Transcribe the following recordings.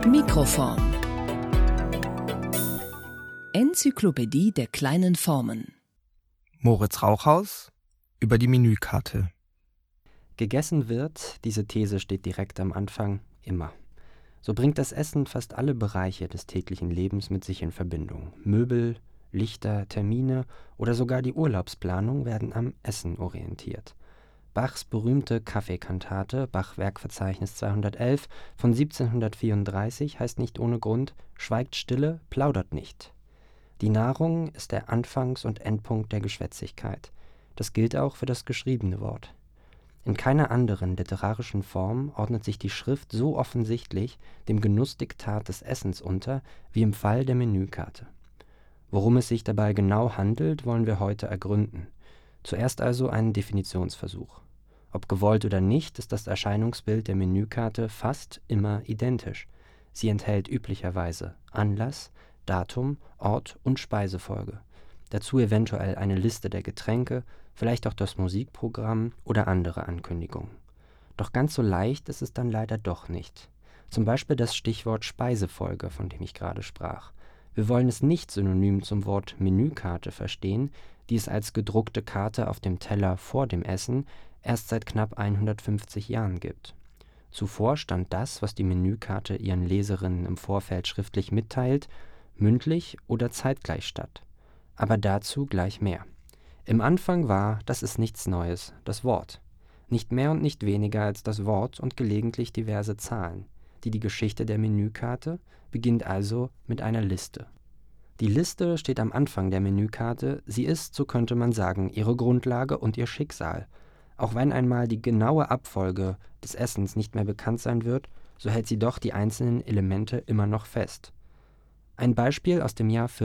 Mikroform. Enzyklopädie der kleinen Formen. Moritz Rauchhaus über die Menükarte. Gegessen wird, diese These steht direkt am Anfang, immer. So bringt das Essen fast alle Bereiche des täglichen Lebens mit sich in Verbindung. Möbel, Lichter, Termine oder sogar die Urlaubsplanung werden am Essen orientiert. Bachs berühmte Kaffeekantate, Bach-Werkverzeichnis 211 von 1734 heißt nicht ohne Grund: Schweigt stille, plaudert nicht. Die Nahrung ist der Anfangs- und Endpunkt der Geschwätzigkeit. Das gilt auch für das geschriebene Wort. In keiner anderen literarischen Form ordnet sich die Schrift so offensichtlich dem Genussdiktat des Essens unter, wie im Fall der Menükarte. Worum es sich dabei genau handelt, wollen wir heute ergründen. Zuerst also ein Definitionsversuch. Ob gewollt oder nicht, ist das Erscheinungsbild der Menükarte fast immer identisch. Sie enthält üblicherweise Anlass, Datum, Ort und Speisefolge. Dazu eventuell eine Liste der Getränke, vielleicht auch das Musikprogramm oder andere Ankündigungen. Doch ganz so leicht ist es dann leider doch nicht. Zum Beispiel das Stichwort Speisefolge, von dem ich gerade sprach. Wir wollen es nicht synonym zum Wort Menükarte verstehen, die es als gedruckte Karte auf dem Teller vor dem Essen erst seit knapp 150 Jahren gibt. Zuvor stand das, was die Menükarte ihren Leserinnen im Vorfeld schriftlich mitteilt, mündlich oder zeitgleich statt. Aber dazu gleich mehr. Im Anfang war, das ist nichts Neues, das Wort. Nicht mehr und nicht weniger als das Wort und gelegentlich diverse Zahlen. Die Geschichte der Menükarte beginnt also mit einer Liste. Die Liste steht am Anfang der Menükarte, sie ist, so könnte man sagen, ihre Grundlage und ihr Schicksal. Auch wenn einmal die genaue Abfolge des Essens nicht mehr bekannt sein wird, so hält sie doch die einzelnen Elemente immer noch fest. Ein Beispiel aus dem Jahr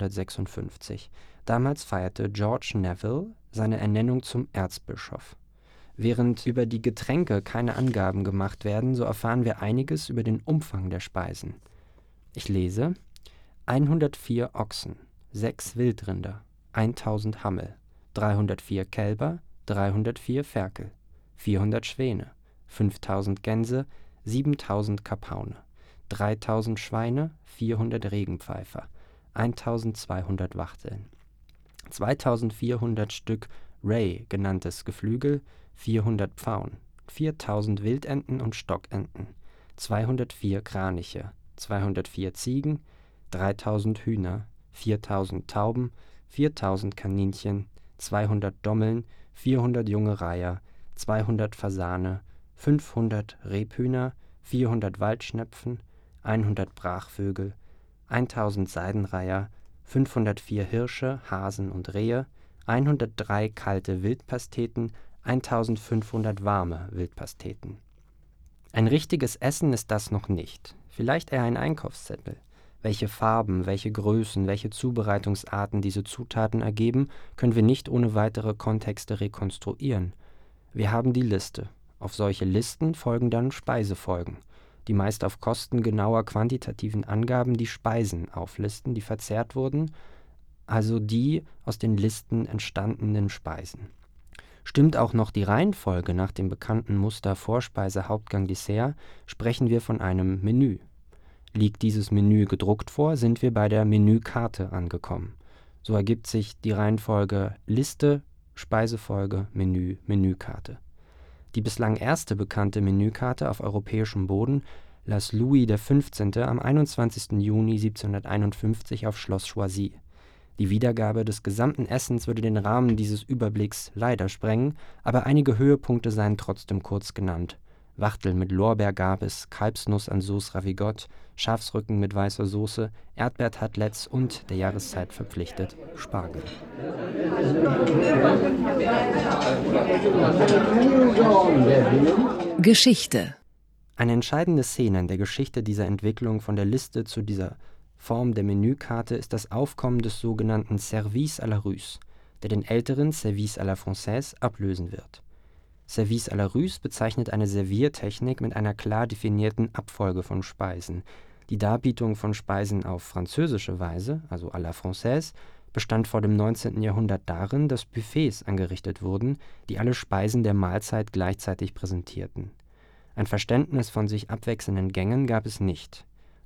1456. Damals feierte George Neville seine Ernennung zum Erzbischof. Während über die Getränke keine Angaben gemacht werden, so erfahren wir einiges über den Umfang der Speisen. Ich lese: 104 Ochsen, 6 Wildrinder, 1000 Hammel, 304 Kälber, 304 Ferkel, 400 Schwäne, 5000 Gänse, 7000 Kapaune, 3000 Schweine, 400 Regenpfeifer, 1200 Wachteln, 2400 Stück Ray genanntes Geflügel, 400 Pfauen, 4000 Wildenten und Stockenten, 204 Kraniche, 204 Ziegen, 3000 Hühner, 4000 Tauben, 4000 Kaninchen, 200 Dommeln, 400 junge Reiher, 200 Fasane, 500 Rebhühner, 400 Waldschnepfen, 100 Brachvögel, 1000 Seidenreiher, 504 Hirsche, Hasen und Rehe, 103 kalte Wildpasteten, 1500 warme Wildpasteten. Ein richtiges Essen ist das noch nicht. Vielleicht eher ein Einkaufszettel. Welche Farben, welche Größen, welche Zubereitungsarten diese Zutaten ergeben, können wir nicht ohne weitere Kontexte rekonstruieren. Wir haben die Liste. Auf solche Listen folgen dann Speisefolgen, die meist auf Kosten genauer quantitativen Angaben die Speisen auflisten, die verzehrt wurden, also die aus den Listen entstandenen Speisen. Stimmt auch noch die Reihenfolge nach dem bekannten Muster Vorspeise, Hauptgang, Dessert, sprechen wir von einem Menü. Liegt dieses Menü gedruckt vor, sind wir bei der Menükarte angekommen. So ergibt sich die Reihenfolge Liste, Speisefolge, Menü, Menükarte. Die bislang erste bekannte Menükarte auf europäischem Boden las Louis XV. Am 21. Juni 1751 auf Schloss Choisy. Die Wiedergabe des gesamten Essens würde den Rahmen dieses Überblicks leider sprengen, aber einige Höhepunkte seien trotzdem kurz genannt. Wachtel mit Lorbeer gab es, Kalbsnuss an Sauce Ravigotte, Schafsrücken mit weißer Soße, Erdbeertartelettes und, der Jahreszeit verpflichtet, Spargel. Geschichte. Eine entscheidende Szene in der Geschichte dieser Entwicklung von der Liste zu dieser Form der Menükarte ist das Aufkommen des sogenannten Service à la Russe, der den älteren Service à la Française ablösen wird. Service à la Russe bezeichnet eine Serviertechnik mit einer klar definierten Abfolge von Speisen. Die Darbietung von Speisen auf französische Weise, also à la Française, bestand vor dem 19. Jahrhundert darin, dass Buffets angerichtet wurden, die alle Speisen der Mahlzeit gleichzeitig präsentierten. Ein Verständnis von sich abwechselnden Gängen gab es nicht.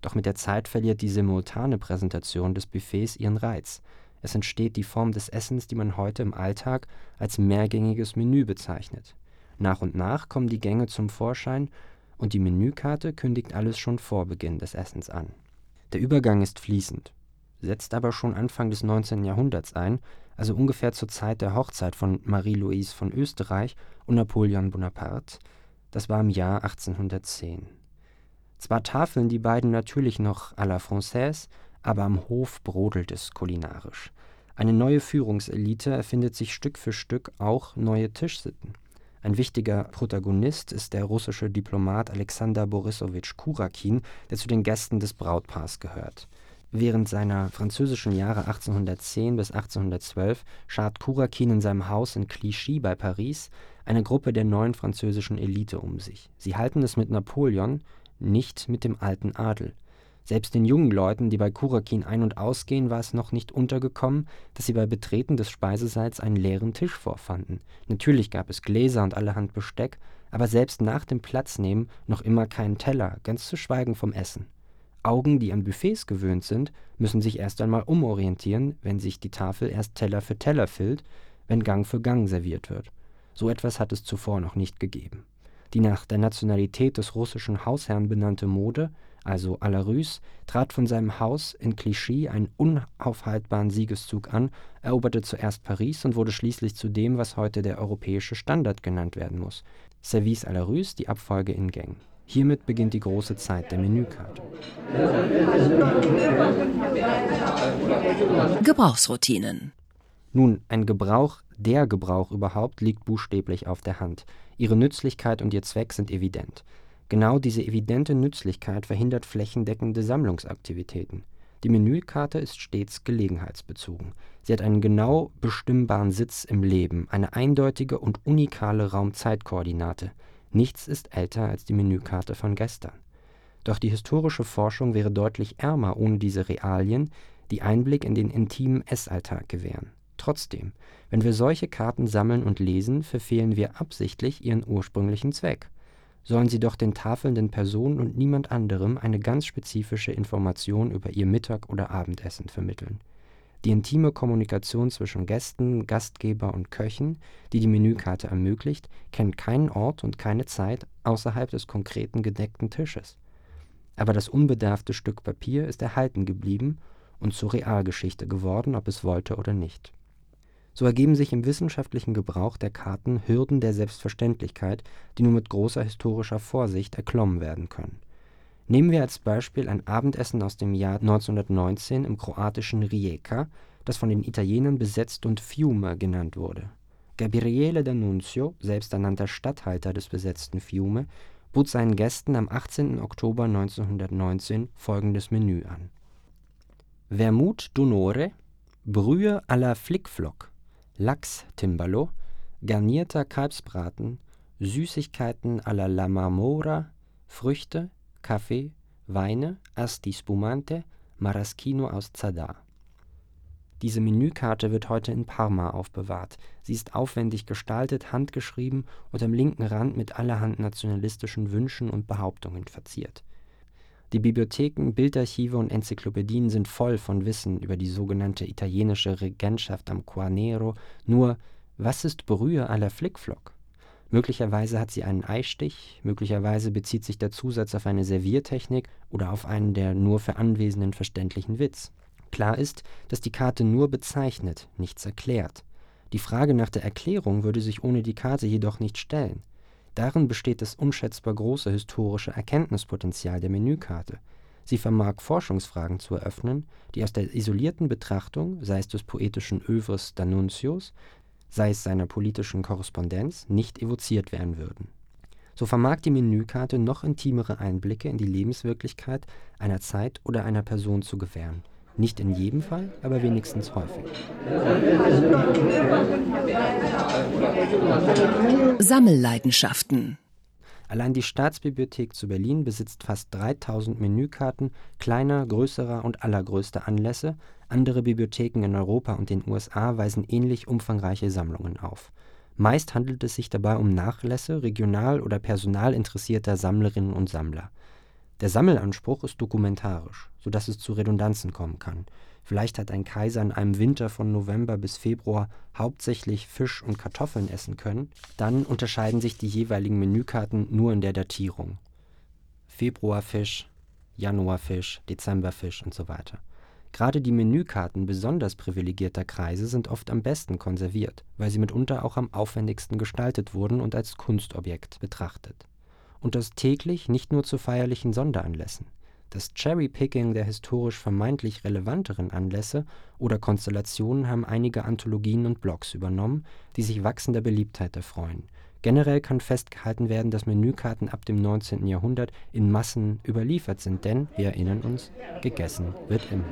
Doch mit der Zeit verliert die simultane Präsentation des Buffets ihren Reiz. Es entsteht die Form des Essens, die man heute im Alltag als mehrgängiges Menü bezeichnet. Nach und nach kommen die Gänge zum Vorschein und die Menükarte kündigt alles schon vor Beginn des Essens an. Der Übergang ist fließend, setzt aber schon Anfang des 19. Jahrhunderts ein, also ungefähr zur Zeit der Hochzeit von Marie-Louise von Österreich und Napoleon Bonaparte. Das war im Jahr 1810. Zwar tafeln die beiden natürlich noch à la Française, aber am Hof brodelt es kulinarisch. Eine neue Führungselite erfindet sich Stück für Stück auch neue Tischsitten. Ein wichtiger Protagonist ist der russische Diplomat Alexander Borisowitsch Kurakin, der zu den Gästen des Brautpaars gehört. Während seiner französischen Jahre 1810 bis 1812 schart Kurakin in seinem Haus in Clichy bei Paris eine Gruppe der neuen französischen Elite um sich. Sie halten es mit Napoleon, nicht mit dem alten Adel. Selbst den jungen Leuten, die bei Kurakin ein- und ausgehen, war es noch nicht untergekommen, dass sie bei Betreten des Speisesaals einen leeren Tisch vorfanden. Natürlich gab es Gläser und allerhand Besteck, aber selbst nach dem Platznehmen noch immer keinen Teller, ganz zu schweigen vom Essen. Augen, die an Buffets gewöhnt sind, müssen sich erst einmal umorientieren, wenn sich die Tafel erst Teller für Teller füllt, wenn Gang für Gang serviert wird. So etwas hat es zuvor noch nicht gegeben. Die nach der Nationalität des russischen Hausherrn benannte Mode, also à la Russe, trat von seinem Haus in Clichy einen unaufhaltbaren Siegeszug an, eroberte zuerst Paris und wurde schließlich zu dem, was heute der europäische Standard genannt werden muss. Service à la Russe, die Abfolge in Gängen. Hiermit beginnt die große Zeit der Menükarte. Gebrauchsroutinen. Nun, der Gebrauch überhaupt, liegt buchstäblich auf der Hand. Ihre Nützlichkeit und ihr Zweck sind evident. Genau diese evidente Nützlichkeit verhindert flächendeckende Sammlungsaktivitäten. Die Menükarte ist stets gelegenheitsbezogen. Sie hat einen genau bestimmbaren Sitz im Leben, eine eindeutige und unikale Raum-Zeit-Koordinate. Nichts ist älter als die Menükarte von gestern. Doch die historische Forschung wäre deutlich ärmer ohne diese Realien, die Einblick in den intimen Essalltag gewähren. Trotzdem, wenn wir solche Karten sammeln und lesen, verfehlen wir absichtlich ihren ursprünglichen Zweck. Sollen sie doch den tafelnden Personen und niemand anderem eine ganz spezifische Information über ihr Mittag- oder Abendessen vermitteln. Die intime Kommunikation zwischen Gästen, Gastgeber und Köchen, die die Menükarte ermöglicht, kennt keinen Ort und keine Zeit außerhalb des konkreten gedeckten Tisches. Aber das unbedarfte Stück Papier ist erhalten geblieben und zur Realgeschichte geworden, ob es wollte oder nicht. So ergeben sich im wissenschaftlichen Gebrauch der Karten Hürden der Selbstverständlichkeit, die nur mit großer historischer Vorsicht erklommen werden können. Nehmen wir als Beispiel ein Abendessen aus dem Jahr 1919 im kroatischen Rijeka, das von den Italienern besetzt und Fiume genannt wurde. Gabriele D'Annunzio, selbsternannter Statthalter des besetzten Fiume, bot seinen Gästen am 18. Oktober 1919 folgendes Menü an: Vermouth d'Onore, Brühe à la Flickflock, Lachs-Timbalo, garnierter Kalbsbraten, Süßigkeiten à la Marmora, Früchte, Kaffee, Weine, Asti Spumante, Maraschino aus Zadar. Diese Menükarte wird heute in Parma aufbewahrt. Sie ist aufwendig gestaltet, handgeschrieben und am linken Rand mit allerhand nationalistischen Wünschen und Behauptungen verziert. Die Bibliotheken, Bildarchive und Enzyklopädien sind voll von Wissen über die sogenannte italienische Regentschaft am Quarnero. Nur, was ist Brühe à la Flickflock? Möglicherweise hat sie einen Eistich, möglicherweise bezieht sich der Zusatz auf eine Serviertechnik oder auf einen der nur für Anwesenden verständlichen Witz. Klar ist, dass die Karte nur bezeichnet, nichts erklärt. Die Frage nach der Erklärung würde sich ohne die Karte jedoch nicht stellen. Darin besteht das unschätzbar große historische Erkenntnispotenzial der Menükarte. Sie vermag Forschungsfragen zu eröffnen, die aus der isolierten Betrachtung, sei es des poetischen Œuvres D'Annunzios, sei es seiner politischen Korrespondenz, nicht evoziert werden würden. So vermag die Menükarte noch intimere Einblicke in die Lebenswirklichkeit einer Zeit oder einer Person zu gewähren. Nicht in jedem Fall, aber wenigstens häufig. Sammelleidenschaften. Allein die Staatsbibliothek zu Berlin besitzt fast 3000 Menükarten kleiner, größerer und allergrößter Anlässe. Andere Bibliotheken in Europa und den USA weisen ähnlich umfangreiche Sammlungen auf. Meist handelt es sich dabei um Nachlässe regional- oder personalinteressierter Sammlerinnen und Sammler. Der Sammelanspruch ist dokumentarisch, sodass es zu Redundanzen kommen kann. Vielleicht hat ein Kaiser in einem Winter von November bis Februar hauptsächlich Fisch und Kartoffeln essen können. Dann unterscheiden sich die jeweiligen Menükarten nur in der Datierung. Februarfisch, Januarfisch, Dezemberfisch und so weiter. Gerade die Menükarten besonders privilegierter Kreise sind oft am besten konserviert, weil sie mitunter auch am aufwendigsten gestaltet wurden und als Kunstobjekt betrachtet. Und das täglich, nicht nur zu feierlichen Sonderanlässen. Das Cherry-Picking der historisch vermeintlich relevanteren Anlässe oder Konstellationen haben einige Anthologien und Blogs übernommen, die sich wachsender Beliebtheit erfreuen. Generell kann festgehalten werden, dass Menükarten ab dem 19. Jahrhundert in Massen überliefert sind, denn, wir erinnern uns, gegessen wird immer.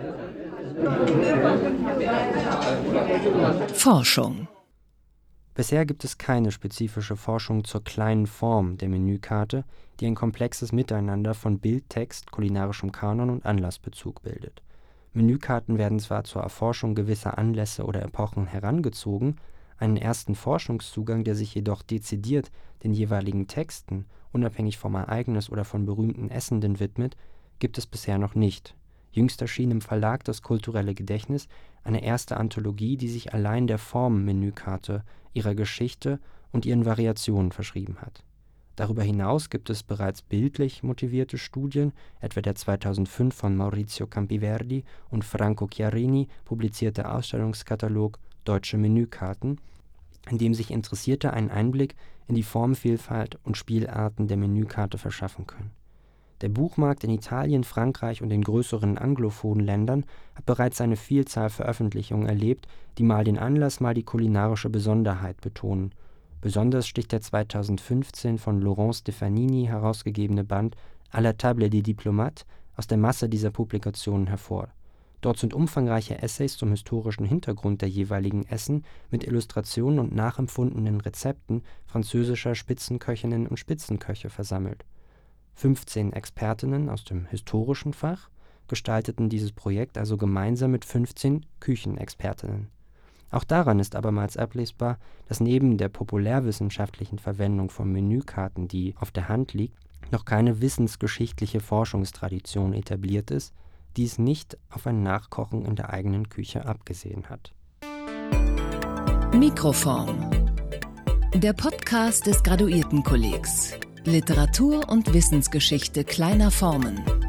Forschung. Bisher gibt es keine spezifische Forschung zur kleinen Form der Menükarte, die ein komplexes Miteinander von Bild, Text, kulinarischem Kanon und Anlassbezug bildet. Menükarten werden zwar zur Erforschung gewisser Anlässe oder Epochen herangezogen, einen ersten Forschungszugang, der sich jedoch dezidiert den jeweiligen Texten, unabhängig vom Ereignis oder von berühmten Essenden widmet, gibt es bisher noch nicht. Jüngst erschien im Verlag Das kulturelle Gedächtnis eine erste Anthologie, die sich allein der Form-Menükarte, ihrer Geschichte und ihren Variationen verschrieben hat. Darüber hinaus gibt es bereits bildlich motivierte Studien, etwa der 2005 von Maurizio Campiverdi und Franco Chiarini publizierte Ausstellungskatalog Deutsche Menükarten, in dem sich Interessierte einen Einblick in die Formvielfalt und Spielarten der Menükarte verschaffen können. Der Buchmarkt in Italien, Frankreich und den größeren anglophonen Ländern hat bereits eine Vielzahl Veröffentlichungen erlebt, die mal den Anlass, mal die kulinarische Besonderheit betonen. Besonders sticht der 2015 von Laurent Stefanini herausgegebene Band À la table des diplomates aus der Masse dieser Publikationen hervor. Dort sind umfangreiche Essays zum historischen Hintergrund der jeweiligen Essen mit Illustrationen und nachempfundenen Rezepten französischer Spitzenköchinnen und Spitzenköche versammelt. 15 Expertinnen aus dem historischen Fach gestalteten dieses Projekt also gemeinsam mit 15 Küchenexpertinnen. Auch daran ist abermals ablesbar, dass neben der populärwissenschaftlichen Verwendung von Menükarten, die auf der Hand liegt, noch keine wissensgeschichtliche Forschungstradition etabliert ist, die es nicht auf ein Nachkochen in der eigenen Küche abgesehen hat. Mikroform. Der Podcast des Graduiertenkollegs. Literatur und Wissensgeschichte kleiner Formen.